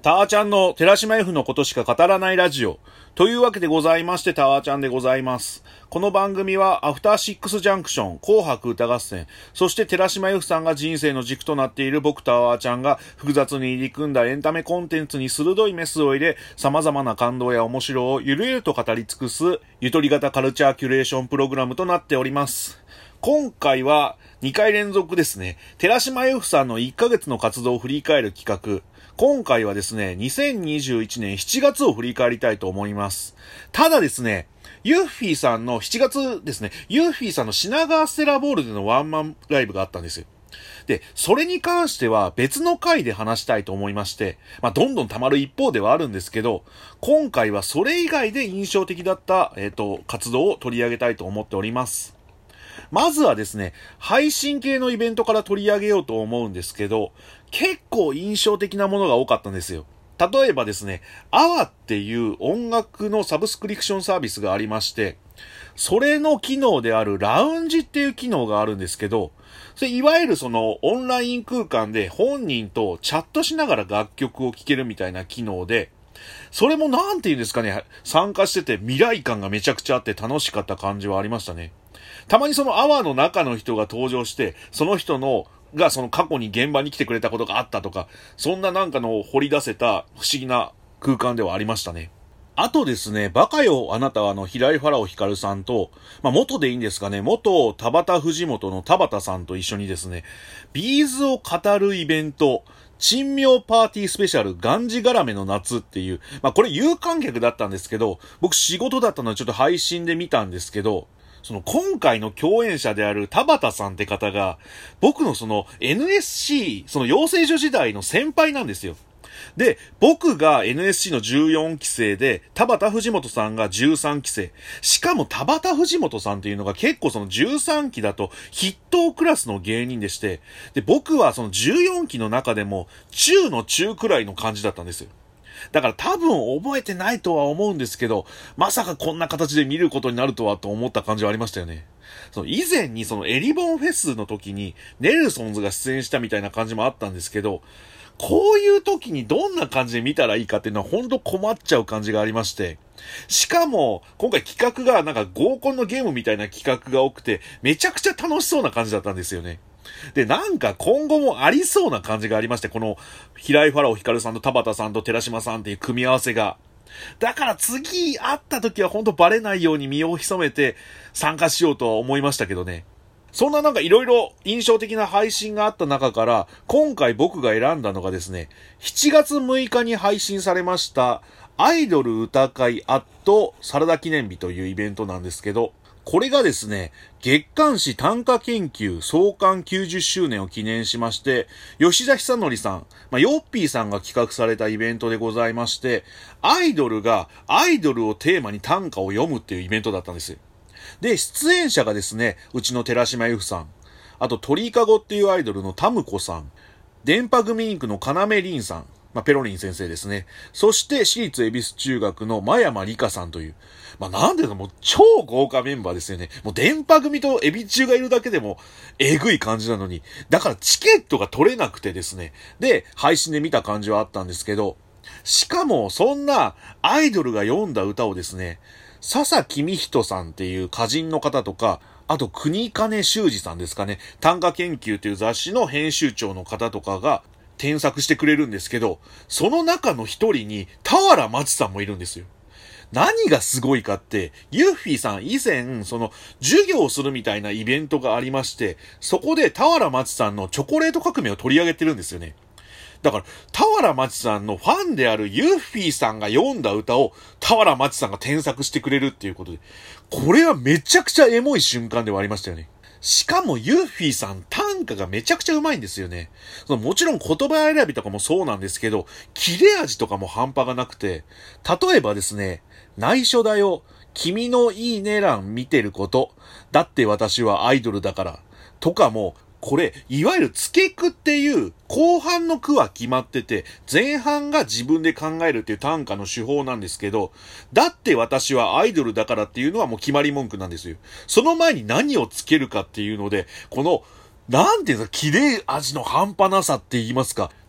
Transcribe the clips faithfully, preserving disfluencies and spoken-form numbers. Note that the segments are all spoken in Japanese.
タワちゃんの寺島 F のことしか語らないラジオというわけでございまして、タワちゃんでございます。この番組はアフターシックスジャンクション、紅白歌合戦、そして寺島 F さんが人生の軸となっている僕タワちゃんが複雑に入り組んだエンタメコンテンツに鋭いメスを入れ、様々な感動や面白をゆるゆると語り尽くすゆとり型カルチャーキュレーションプログラムとなっております。今回はにかい連続ですね、寺島 F さんのいっかげつの活動を振り返る企画、今回はですね、にせんにじゅういちねんしちがつを振り返りたいと思います。ただですね、ユッフィーさんのしちがつですね、ユッフィーさんの品川ステラボールでのワンマンライブがあったんですよ。で、それに関しては別の回で話したいと思いまして、まあ、どんどん溜まる一方ではあるんですけど、今回はそれ以外で印象的だった、えっと、活動を取り上げたいと思っております。まずはですね、配信系のイベントから取り上げようと思うんですけど、結構印象的なものが多かったんですよ。例えばですね、アワっていう音楽のサブスクリプションサービスがありまして、それの機能であるラウンジっていう機能があるんですけど、それいわゆるそのオンライン空間で本人とチャットしながら楽曲を聴けるみたいな機能で、それもなんていうんですかね、参加してて未来感がめちゃくちゃあって楽しかった感じはありましたね。たまにそのアワーの中の人が登場して、その人のがその過去に現場に来てくれたことがあったとか、そんななんかのを掘り出せた不思議な空間ではありましたね。あとですね、バカよあなたはあの平井ファラオヒカルさんと、まあ元でいいんですかね、元田畑藤本の田畑さんと一緒にですね、ビーズを語るイベント、珍妙パーティースペシャルがんじがらめの夏っていう、まあこれ有観客だったんですけど、僕仕事だったのでちょっと配信で見たんですけど、その今回の共演者である田畑さんって方が、僕のその エヌエスシー、その養成所時代の先輩なんですよ。で、僕が エヌエスシー のじゅうよんきせいで、田畑藤本さんがじゅうさんきせい。しかも田畑藤本さんっていうのが結構そのじゅうさんきだと筆頭クラスの芸人でして、で、僕はそのじゅうよんきの中でも中の中くらいの感じだったんですよ。だから多分覚えてないとは思うんですけど、まさかこんな形で見ることになるとはと思った感じはありましたよね。その以前にそのエリボンフェスの時にネルソンズが出演したみたいな感じもあったんですけど、こういう時にどんな感じで見たらいいかっていうのはほんと困っちゃう感じがありまして、しかも今回企画がなんか合コンのゲームみたいな企画が多くてめちゃくちゃ楽しそうな感じだったんですよね。で、なんか今後もありそうな感じがありまして、この平井ファラオヒカルさんと田畑さんと寺島さんっていう組み合わせが。だから次会った時はほんとバレないように身を潜めて参加しようとは思いましたけどね。そんななんかいろいろ印象的な配信があった中から、今回僕が選んだのがですね、しちがつむいかに配信されましたアイドル歌会アットサラダ記念日というイベントなんですけど、これがですね、月刊誌短歌研究創刊きゅうじゅっしゅうねんを記念しまして、吉田久典さん、まあ、ヨッピーさんが企画されたイベントでございまして、アイドルがアイドルをテーマに短歌を読むっていうイベントだったんですよ。で、出演者がですね、うちの寺島由布さん、あと鳥居かごっていうアイドルのタムコさん、電波組インクの要凛さん、まあ、ペロリン先生ですね。そして、私立恵比寿中学の真山理香さんという、まあ、なんでもう超豪華メンバーですよね。もう電波組と恵比寿中がいるだけでも、えぐい感じなのに、だからチケットが取れなくてですね。で、配信で見た感じはあったんですけど、しかも、そんなアイドルが読んだ歌をですね、笹公人さんっていう歌人の方とか、あと国金修二さんですかね、短歌研究という雑誌の編集長の方とかが、添削してくれるんですけど、その中の一人に俵万智さんもいるんですよ。何がすごいかって、ユッフィーさん以前、その、授業をするみたいなイベントがありまして、そこで俵万智さんのチョコレート革命を取り上げてるんですよね。だから、俵万智さんのファンであるユッフィーさんが読んだ歌を、俵万智さんが添削してくれるっていうことで、これはめちゃくちゃエモい瞬間ではありましたよね。しかもユッフィーさん短歌がめちゃくちゃ上手いんですよね。そのもちろん言葉選びとかもそうなんですけど、切れ味とかも半端がなくて、例えばですね、内緒だよ、君のいいね欄見てること、だって私はアイドルだから、とかも、これ、いわゆる付け句っていう後半の句は決まってて、前半が自分で考えるっていう短歌の手法なんですけど、だって私はアイドルだからっていうのはもう決まり文句なんですよ。その前に何をつけるかっていうので、この、なんていうんですか、切れ味の半端なさって言いますか、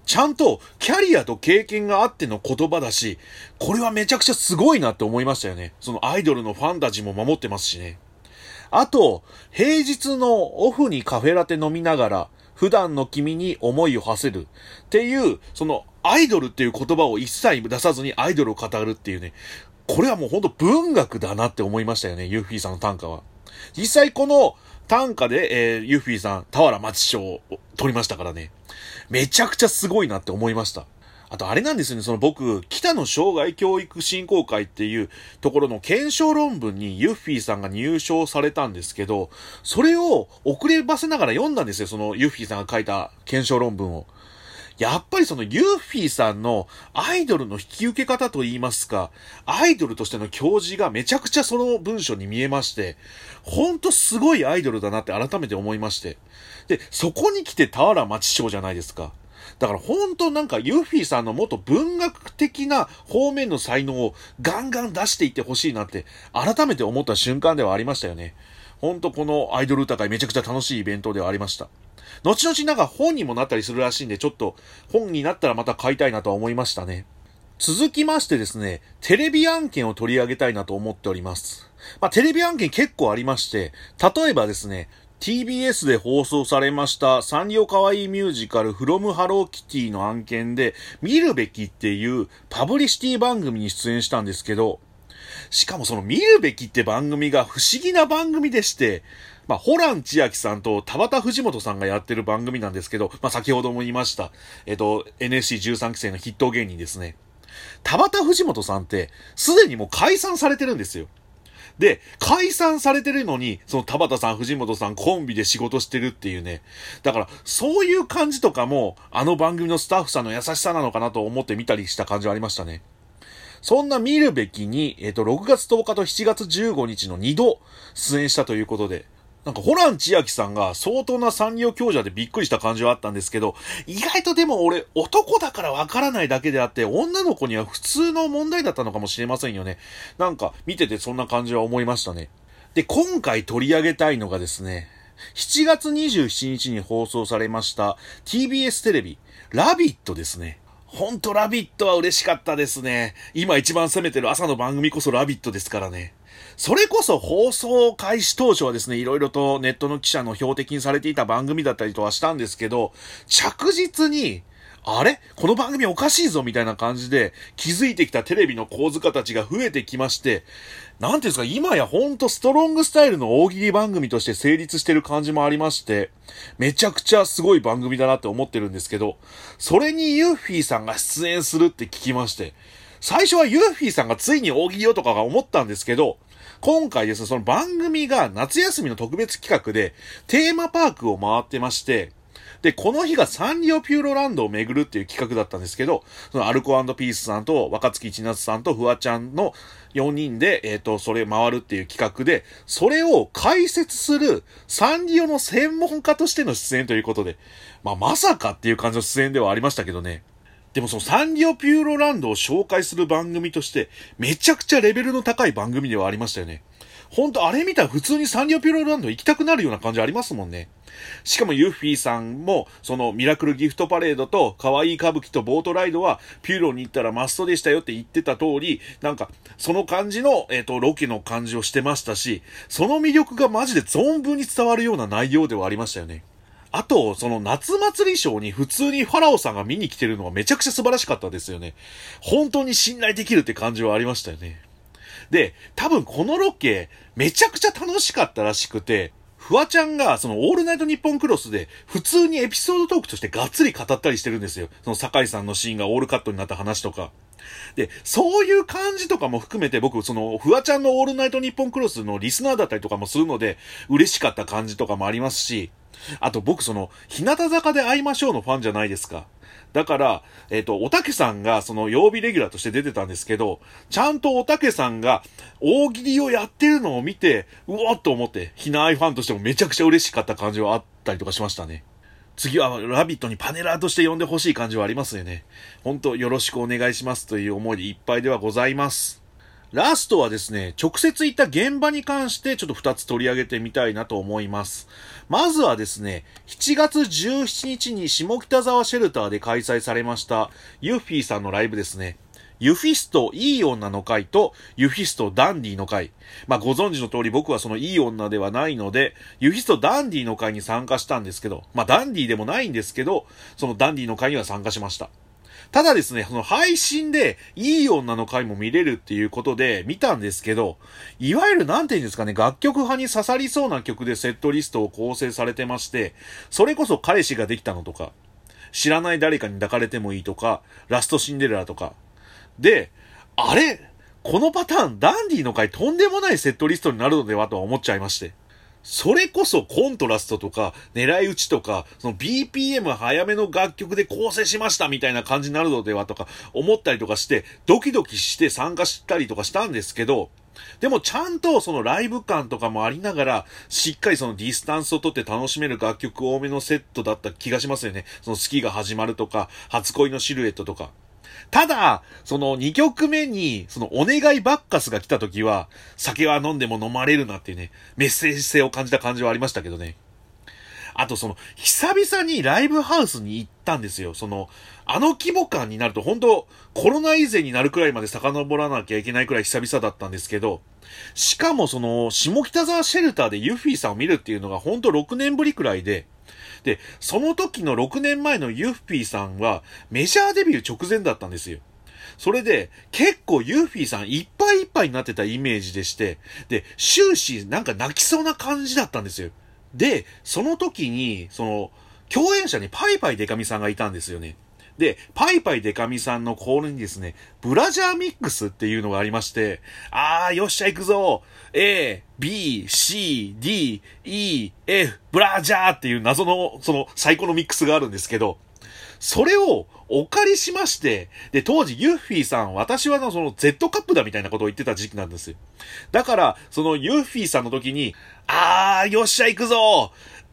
ちゃんとキャリアと経験があっての言葉だし、これはめちゃくちゃすごいなって思いましたよね。そのアイドルのファンタジーも守ってますしね。あと、平日のオフにカフェラテ飲みながら、普段の君に思いを馳せるっていう、そのアイドルっていう言葉を一切出さずにアイドルを語るっていうね、これはもうほんと文学だなって思いましたよね、ユッフィーさんの短歌は。実際この短歌で、えー、ユッフィーさん、俵町賞を取りましたからね。めちゃくちゃすごいなって思いました。あとあれなんですよね、その僕、北の生涯教育振興会っていうところの検証論文にユッフィーさんが入賞されたんですけど、それを遅ればせながら読んだんですよ、そのユッフィーさんが書いた検証論文を。やっぱりそのユッフィーさんのアイドルの引き受け方といいますか、アイドルとしての教示がめちゃくちゃその文章に見えまして、ほんとすごいアイドルだなって改めて思いまして。で、そこに来て俵町賞じゃないですか。だからほんとなんかユッフィーさんのもっと文学的な方面の才能をガンガン出していってほしいなって改めて思った瞬間ではありましたよね。ほんとこのアイドル歌会めちゃくちゃ楽しいイベントではありました。後々なんか本にもなったりするらしいんで、ちょっと本になったらまた買いたいなとは思いましたね。続きましてですね、テレビ案件を取り上げたいなと思っております。まあテレビ案件結構ありまして、例えばですね、ティービーエス で放送されましたサンリオかわいいミュージカル From Hello Kitty の案件で見るべきっていうパブリシティ番組に出演したんですけど、しかもその見るべきって番組が不思議な番組でして、まあ、ホラン千秋さんと田畑藤本さんがやってる番組なんですけど、まあ、先ほども言いました、えっと、エヌエスシーじゅうさん 期生の筆頭芸人ですね。田畑藤本さんって、すでにもう解散されてるんですよ。で、解散されてるのに、その田畑さん、藤本さんコンビで仕事してるっていうね。だから、そういう感じとかも、あの番組のスタッフさんの優しさなのかなと思って見たりした感じはありましたね。そんな見るべきに、えっと、ろくがつとおかとしちがつじゅうごにちのにど出演したということで、なんかホラン千秋さんが相当なサンリオ強者でびっくりした感じはあったんですけど、意外とでも俺男だからわからないだけであって、女の子には普通の問題だったのかもしれませんよね。なんか見ててそんな感じは思いましたね。で、今回取り上げたいのがですね、しちがつにじゅうしちにちに放送されました ティービーエス テレビ、ラビットですね。ほんとラビットは嬉しかったですね。今一番攻めてる朝の番組こそラビットですからね。それこそ放送開始当初はですね、いろいろとネットの記者の標的にされていた番組だったりとはしたんですけど、着実に、あれこの番組おかしいぞみたいな感じで気づいてきたテレビの構図家たちが増えてきまして、なんていうんですか、今やほんとストロングスタイルの大喜利番組として成立してる感じもありまして、めちゃくちゃすごい番組だなって思ってるんですけど、それにユッフィーさんが出演するって聞きまして、最初はユッフィーさんがついに大喜利をとかが思ったんですけど、今回ですね、その番組が夏休みの特別企画でテーマパークを回ってまして、で、この日がサンリオピューロランドを巡るっていう企画だったんですけど、そのアルコ&ピースさんと若月千夏さんとフワちゃんのよにんで、えっと、それ回るっていう企画で、それを解説するサンリオの専門家としての出演ということで、まあ、まさかっていう感じの出演ではありましたけどね。でもそのサンリオピューロランドを紹介する番組として、めちゃくちゃレベルの高い番組ではありましたよね。ほんとあれ見たら普通にサンリオピューロランド行きたくなるような感じありますもんね。しかもユッフィーさんも、そのミラクルギフトパレードと可愛い歌舞伎とボートライドはピューロに行ったらマストでしたよって言ってた通り、なんかその感じの、えっと、ロケの感じをしてましたし、その魅力がマジで存分に伝わるような内容ではありましたよね。あと、その夏祭りショーに普通にファラオさんが見に来てるのはめちゃくちゃ素晴らしかったですよね。本当に信頼できるって感じはありましたよね。で、多分このロケ、めちゃくちゃ楽しかったらしくて、フワちゃんがそのオールナイトニッポンクロスで普通にエピソードトークとしてがっつり語ったりしてるんですよ。その酒井さんのシーンがオールカットになった話とか。で、そういう感じとかも含めて僕、そのフワちゃんのオールナイトニッポンクロスのリスナーだったりとかもするので、嬉しかった感じとかもありますし、あと僕その、日向坂で会いましょうのファンじゃないですか。だから、えっと、おたけさんがその曜日レギュラーとして出てたんですけど、ちゃんとおたけさんが大喜利をやってるのを見て、うおっと思って、ひなあいファンとしてもめちゃくちゃ嬉しかった感じはあったりとかしましたね。次はラビットにパネラーとして呼んでほしい感じはありますよね。本当よろしくお願いしますという思いでいっぱいではございます。 ラストはですね、直接行った現場に関してちょっとふたつ取り上げてみたいなと思います。まずはですね、しちがつじゅうしちにちに下北沢シェルターで開催されましたユッフィーさんのライブですね。ユフィストいい女の会とユフィストダンディの会。まあご存知の通り僕はそのいい女ではないので、ユフィストダンディの会に参加したんですけど、まあダンディでもないんですけど、そのダンディの会には参加しました。ただですね、その配信でいい女の回も見れるっていうことで見たんですけど、いわゆるなんていうんですかね、楽曲派に刺さりそうな曲でセットリストを構成されてまして、それこそ彼氏ができたのとか、知らない誰かに抱かれてもいいとか、ラストシンデレラとか。で、あれこのパターン、ダンディの回とんでもないセットリストになるのではとは思っちゃいまして。それこそコントラストとか狙い撃ちとかその ビーピーエム 早めの楽曲で構成しましたみたいな感じになるのではとか思ったりとかしてドキドキして参加したりとかしたんですけど、でもちゃんとそのライブ感とかもありながらしっかりそのディスタンスを取って楽しめる楽曲多めのセットだった気がしますよね。その好きが始まるとか初恋のシルエットとか。ただ、そのにきょくめに、そのお願いバッカスが来た時は、酒は飲んでも飲まれるなっていうね、メッセージ性を感じた感じはありましたけどね。あとその、久々にライブハウスに行ったんですよ。その、あの規模感になると本当コロナ以前になるくらいまで遡らなきゃいけないくらい久々だったんですけど、しかもその、下北沢シェルターでユッフィーさんを見るっていうのが本当ろくねんぶりくらいで、で、その時のろくねんまえのユッフィーさんはメジャーデビュー直前だったんですよ。それで結構ユッフィーさんいっぱいいっぱいになってたイメージでして、で、終始なんか泣きそうな感じだったんですよ。で、その時に、その、共演者にパイパイデカミさんがいたんですよね。で、パイパイデカミさんのコールにですね、ブラジャーミックスっていうのがありまして、あー、よっしゃ行くぞ A、B、C、D、E、F、ブラジャーっていう謎の、その、最高のミックスがあるんですけど、それをお借りしまして、で、当時ユッフィーさん、私はのその Z カップだみたいなことを言ってた時期なんですよ。だから、そのユッフィーさんの時に、あー、よっしゃ行くぞ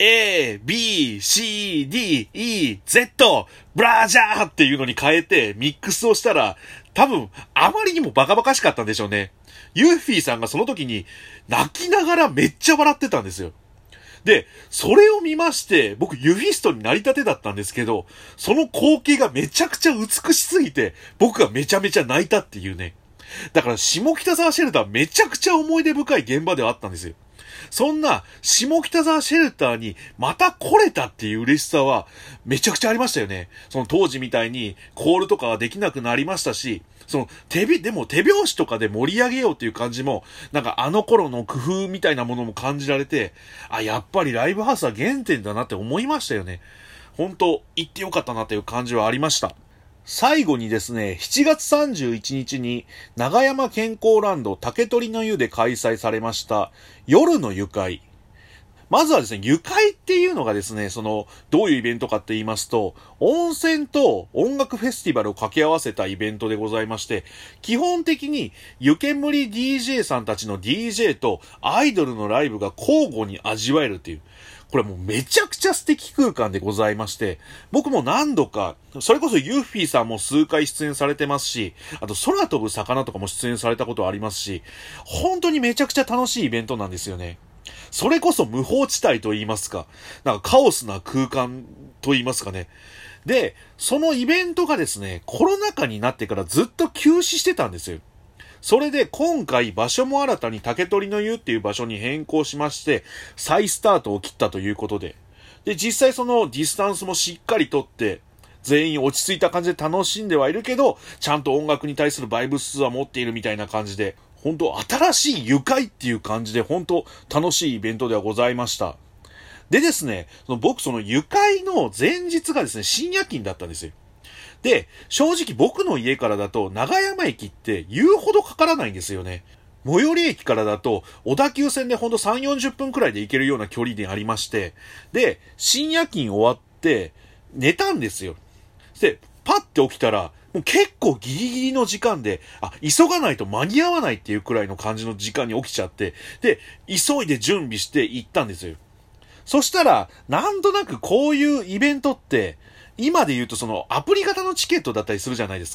A、B、C、D、E、Z、ブラジャーっていうのに変えてミックスをしたら、多分、あまりにもバカバカしかったんでしょうね。ユッフィーさんがその時に泣きながらめっちゃ笑ってたんですよ。で、それを見まして、僕ユフィストになりたてだったんですけど、その光景がめちゃくちゃ美しすぎて、僕がめちゃめちゃ泣いたっていうね。だから下北沢シェルターめちゃくちゃ思い出深い現場ではあったんですよ。そんな下北沢シェルターにまた来れたっていう嬉しさはめちゃくちゃありましたよね。その当時みたいにコールとかはできなくなりましたし、その手び、でも手拍子とかで盛り上げようっていう感じも、なんかあの頃の工夫みたいなものも感じられて、あ、やっぱりライブハウスは原点だなって思いましたよね。本当行ってよかったなっていう感じはありました。最後にですね、しちがつさんじゅういちにちに長山健康ランド竹取の湯で開催されました夜の湯会。まずはですね、湯会っていうのがですね、その、どういうイベントかって言いますと、温泉と音楽フェスティバルを掛け合わせたイベントでございまして、基本的に湯煙 ディージェー さんたちの ディージェー とアイドルのライブが交互に味わえるっていう、これもうめちゃくちゃ素敵空間でございまして、僕も何度か、それこそユッフィーさんも数回出演されてますし、あと空飛ぶ魚とかも出演されたことありますし、本当にめちゃくちゃ楽しいイベントなんですよね。それこそ無法地帯と言いますか、なんかカオスな空間と言いますかね。で、そのイベントがですね、コロナ禍になってからずっと休止してたんですよ。それで今回場所も新たに竹取の湯っていう場所に変更しまして、再スタートを切ったということで。で、実際そのディスタンスもしっかりとって、全員落ち着いた感じで楽しんではいるけど、ちゃんと音楽に対するバイブスは持っているみたいな感じで、本当新しい愉快っていう感じで本当楽しいイベントではございました。でですね、その僕その愉快の前日がですね、深夜勤だったんですよ。で、正直僕の家からだと長山駅って言うほどかからないんですよね。最寄り駅からだと小田急線でほんとさんじゅうよんじゅっぷんくらいで行けるような距離でありまして、で、深夜勤終わって寝たんですよ。で、パッて起きたら、もう結構ギリギリの時間で、あ、急がないと間に合わないっていうくらいの感じの時間に起きちゃって、で、急いで準備して行ったんですよ。そしたら、なんとなくこういうイベントって、今で言うとそのアプリ型のチケットだったりするじゃないですか。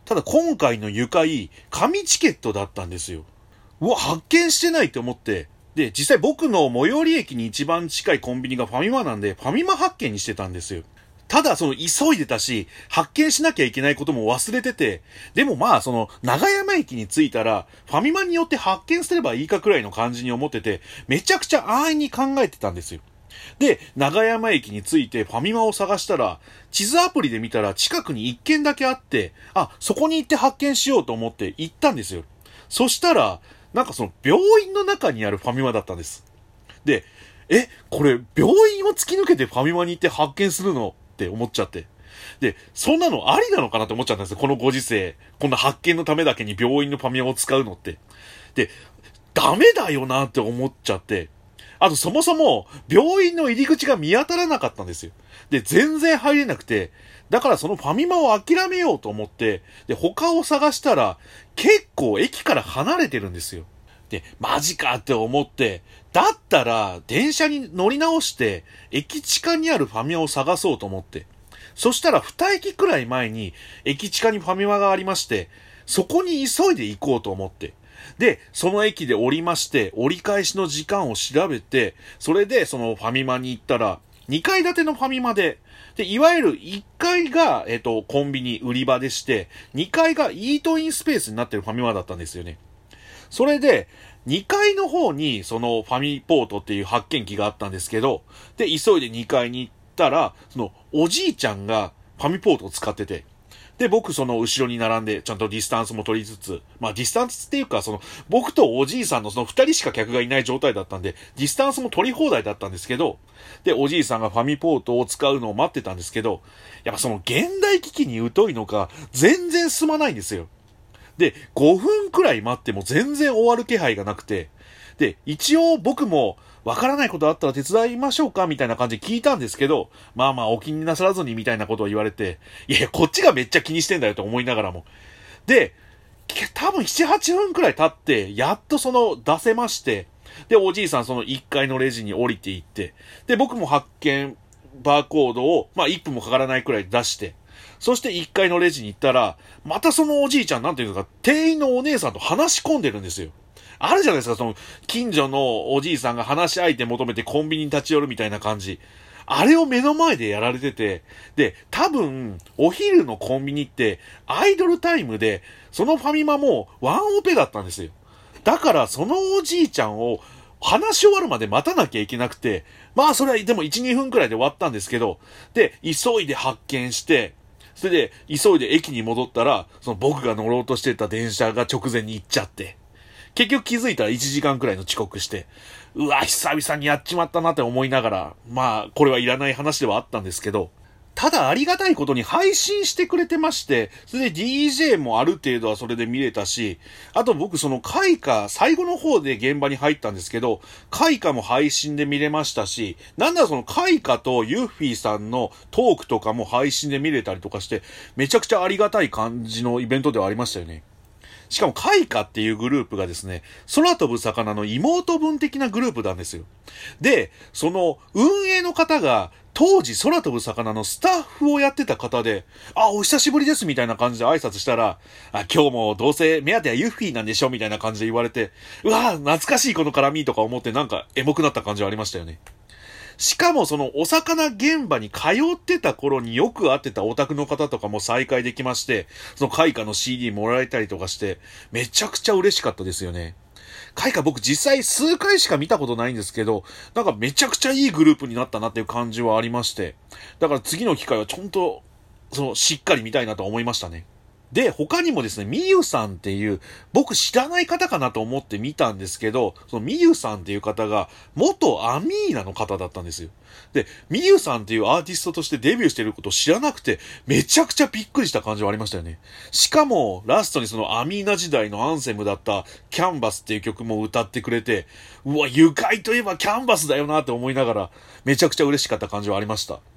ただ今回の愉快、紙チケットだったんですよ。うわ、発見してないって思って。で、実際僕の最寄り駅に一番近いコンビニがファミマなんで、ファミマ発見にしてたんですよ。ただその急いでたし、発見しなきゃいけないことも忘れてて、でもまあその長山駅に着いたら、ファミマによって発見すればいいかくらいの感じに思ってて、めちゃくちゃ安易に考えてたんですよ。で、長山駅に着いてファミマを探したら、地図アプリで見たら近くに一軒だけあって、あ、そこに行って発見しようと思って行ったんですよ。そしたら、なんかその病院の中にあるファミマだったんです。で、え、これ病院を突き抜けてファミマに行って発見するのって思っちゃって。で、そんなのありなのかなって思っちゃったんですよ。このご時世。こんな発見のためだけに病院のファミマを使うのって。で、ダメだよなって思っちゃって。あとそもそも病院の入り口が見当たらなかったんですよ。で、全然入れなくて、だからそのファミマを諦めようと思って、で、他を探したら結構駅から離れてるんですよ。で、マジかって思って、だったら電車に乗り直して駅地下にあるファミマを探そうと思って。そしたらに駅くらい前に駅地下にファミマがありまして、そこに急いで行こうと思って。で、その駅で降りまして、折り返しの時間を調べて、それでそのファミマに行ったら、にかい建てのファミマで、で、いわゆるいっかいが、えっと、コンビニ売り場でして、にかいがイートインスペースになってるファミマだったんですよね。それで、にかいの方に、そのファミポートっていう発見機があったんですけど、で、急いでにかいに行ったら、その、おじいちゃんがファミポートを使ってて、で、僕その後ろに並んで、ちゃんとディスタンスも取りつつ、まあディスタンスっていうか、その、僕とおじいさんのその二人しか客がいない状態だったんで、ディスタンスも取り放題だったんですけど、で、おじいさんがファミポートを使うのを待ってたんですけど、やっぱその現代機器に疎いのか、全然進まないんですよ。で、ごふんくらい待っても全然終わる気配がなくて、で、一応僕も、わからないことあったら手伝いましょうかみたいな感じで聞いたんですけど、まあまあお気になさらずにみたいなことを言われて、いや、こっちがめっちゃ気にしてんだよと思いながらも。で、多分なな、はっぷんくらい経って、やっとその出せまして、で、おじいさんそのいっかいのレジに降りていって、で、僕も発見バーコードを、まあいっぷんもかからないくらい出して、そしていっかいのレジに行ったら、またそのおじいちゃんなんていうか、店員のお姉さんと話し込んでるんですよ。あるじゃないですか、その、近所のおじいさんが話し相手求めてコンビニに立ち寄るみたいな感じ。あれを目の前でやられてて、で、多分、お昼のコンビニって、アイドルタイムで、そのファミマもワンオペだったんですよ。だから、そのおじいちゃんを、話し終わるまで待たなきゃいけなくて、まあ、それはでもいち、にふんくらいで終わったんですけど、で、急いで発見して、それで、急いで駅に戻ったら、その僕が乗ろうとしてた電車が直前に行っちゃって、結局気づいたらいちじかんくらいの遅刻して、うわ、久々にやっちまったなって思いながら、まあ、これはいらない話ではあったんですけど、ただありがたいことに配信してくれてまして、それで ディージェー もある程度はそれで見れたし、あと僕その開花、最後の方で現場に入ったんですけど、開花も配信で見れましたし、なんだその開花とユッフィーさんのトークとかも配信で見れたりとかして、めちゃくちゃありがたい感じのイベントではありましたよね。しかも、開花っていうグループがですね、空飛ぶ魚の妹分的なグループなんですよ。で、その運営の方が、当時空飛ぶ魚のスタッフをやってた方で、あ、お久しぶりですみたいな感じで挨拶したら、あ、今日もどうせ目当てはユッフィーなんでしょみたいな感じで言われて、うわぁ、懐かしいこの絡みとか思ってなんかエモくなった感じはありましたよね。しかもそのお魚現場に通ってた頃によく会ってたオタクの方とかも再会できまして、その開花の シーディー もらえたりとかして、めちゃくちゃ嬉しかったですよね。開花僕実際数回しか見たことないんですけど、なんかめちゃくちゃいいグループになったなっていう感じはありまして、だから次の機会はちゃんと、そのしっかり見たいなと思いましたね。で、他にもですね、みゆさんっていう、僕知らない方かなと思って見たんですけど、そのみゆさんっていう方が、元アミーナの方だったんですよ。で、みゆさんっていうアーティストとしてデビューしてることを知らなくて、めちゃくちゃびっくりした感じはありましたよね。しかも、ラストにそのアミーナ時代のアンセムだった、キャンバスっていう曲も歌ってくれて、うわ、愉快といえばキャンバスだよなって思いながら、めちゃくちゃ嬉しかった感じはありました。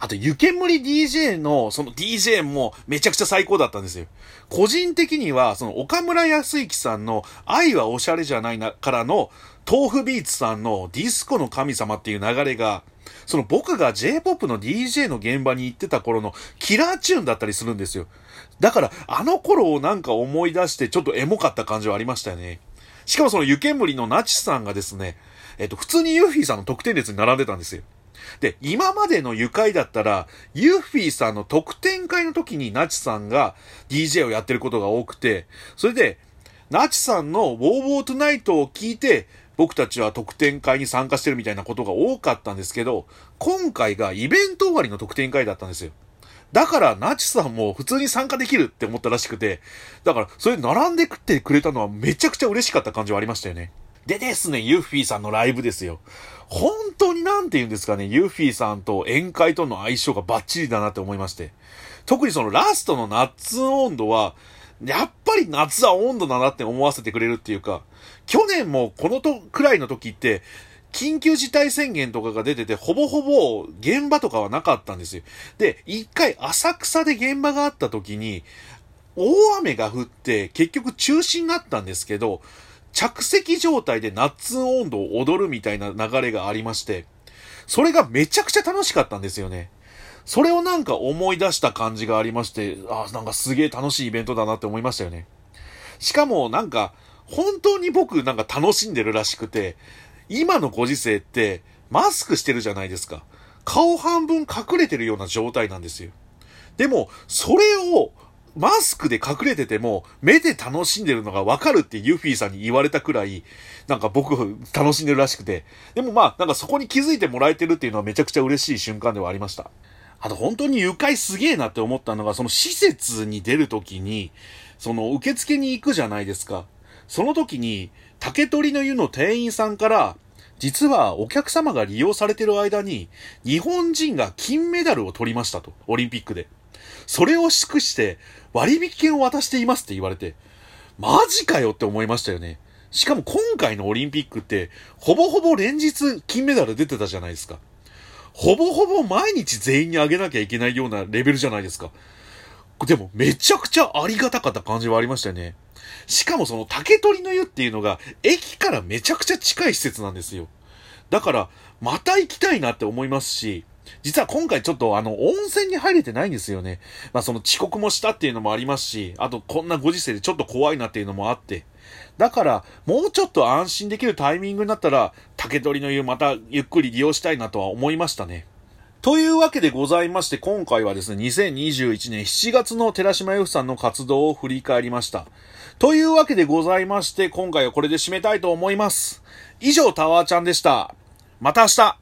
あと、湯煙 ディージェー の、その ディージェー もめちゃくちゃ最高だったんですよ。個人的には、その岡村康之さんの愛はおしゃれじゃないな、からの、豆腐ビーツさんのディスコの神様っていう流れが、その僕が J-ポップ の ディージェー の現場に行ってた頃のキラーチューンだったりするんですよ。だから、あの頃をなんか思い出してちょっとエモかった感じはありましたよね。しかもその湯煙のナチさんがですね、えっと、普通にユーフィーさんの得点列に並んでたんですよ。で、今までの愉快だったら、ユーフィーさんの特典会の時にナチさんが ディージェー をやってることが多くて、それで、ナチさんのウォーウォートゥナイトを聞いて、僕たちは特典会に参加してるみたいなことが多かったんですけど、今回がイベント終わりの特典会だったんですよ。だから、ナチさんも普通に参加できるって思ったらしくて、だから、それ並んで食ってくれたのはめちゃくちゃ嬉しかった感じはありましたよね。でですね、ユーフィーさんのライブですよ。本当になんて言うんですかね、ユーフィーさんと宴会との相性がバッチリだなって思いまして。特にそのラストの夏温度は、やっぱり夏は温度だなって思わせてくれるっていうか、去年もこのとくらいの時って、緊急事態宣言とかが出てて、ほぼほぼ現場とかはなかったんですよ。で、一回浅草で現場があった時に、大雨が降って結局中止になったんですけど、着席状態で夏温度を踊るみたいな流れがありまして、それがめちゃくちゃ楽しかったんですよね。それをなんか思い出した感じがありまして、あ、なんかすげえ楽しいイベントだなって思いましたよね。しかもなんか、本当に僕なんか楽しんでるらしくて、今のご時世ってマスクしてるじゃないですか。顔半分隠れてるような状態なんですよ。でも、それをマスクで隠れてても、目で楽しんでるのがわかるってユーフィーさんに言われたくらい、なんか僕楽しんでるらしくて。でもまあ、なんかそこに気づいてもらえてるっていうのはめちゃくちゃ嬉しい瞬間ではありました。あと本当に愉快すげえなって思ったのが、その施設に出るときに、その受付に行くじゃないですか。その時に、竹取の湯の店員さんから、実はお客様が利用されてる間に、日本人が金メダルを取りましたと。オリンピックで。それを祝して割引券を渡していますって言われて、マジかよって思いましたよね。しかも今回のオリンピックって、ほぼほぼ連日金メダル出てたじゃないですか。ほぼほぼ毎日全員にあげなきゃいけないようなレベルじゃないですか。でもめちゃくちゃありがたかった感じはありましたよね。しかもその竹取の湯っていうのが駅からめちゃくちゃ近い施設なんですよ。だからまた行きたいなって思いますし、実は今回ちょっとあの温泉に入れてないんですよね。まあその遅刻もしたっていうのもありますし、あとこんなご時世でちょっと怖いなっていうのもあって。だからもうちょっと安心できるタイミングになったら竹取の湯またゆっくり利用したいなとは思いましたね。というわけでございまして、今回はですね、にせんにじゅういちねんしちがつの寺島由布さんの活動を振り返りました。というわけでございまして、今回はこれで締めたいと思います。以上、タワーちゃんでした。また明日。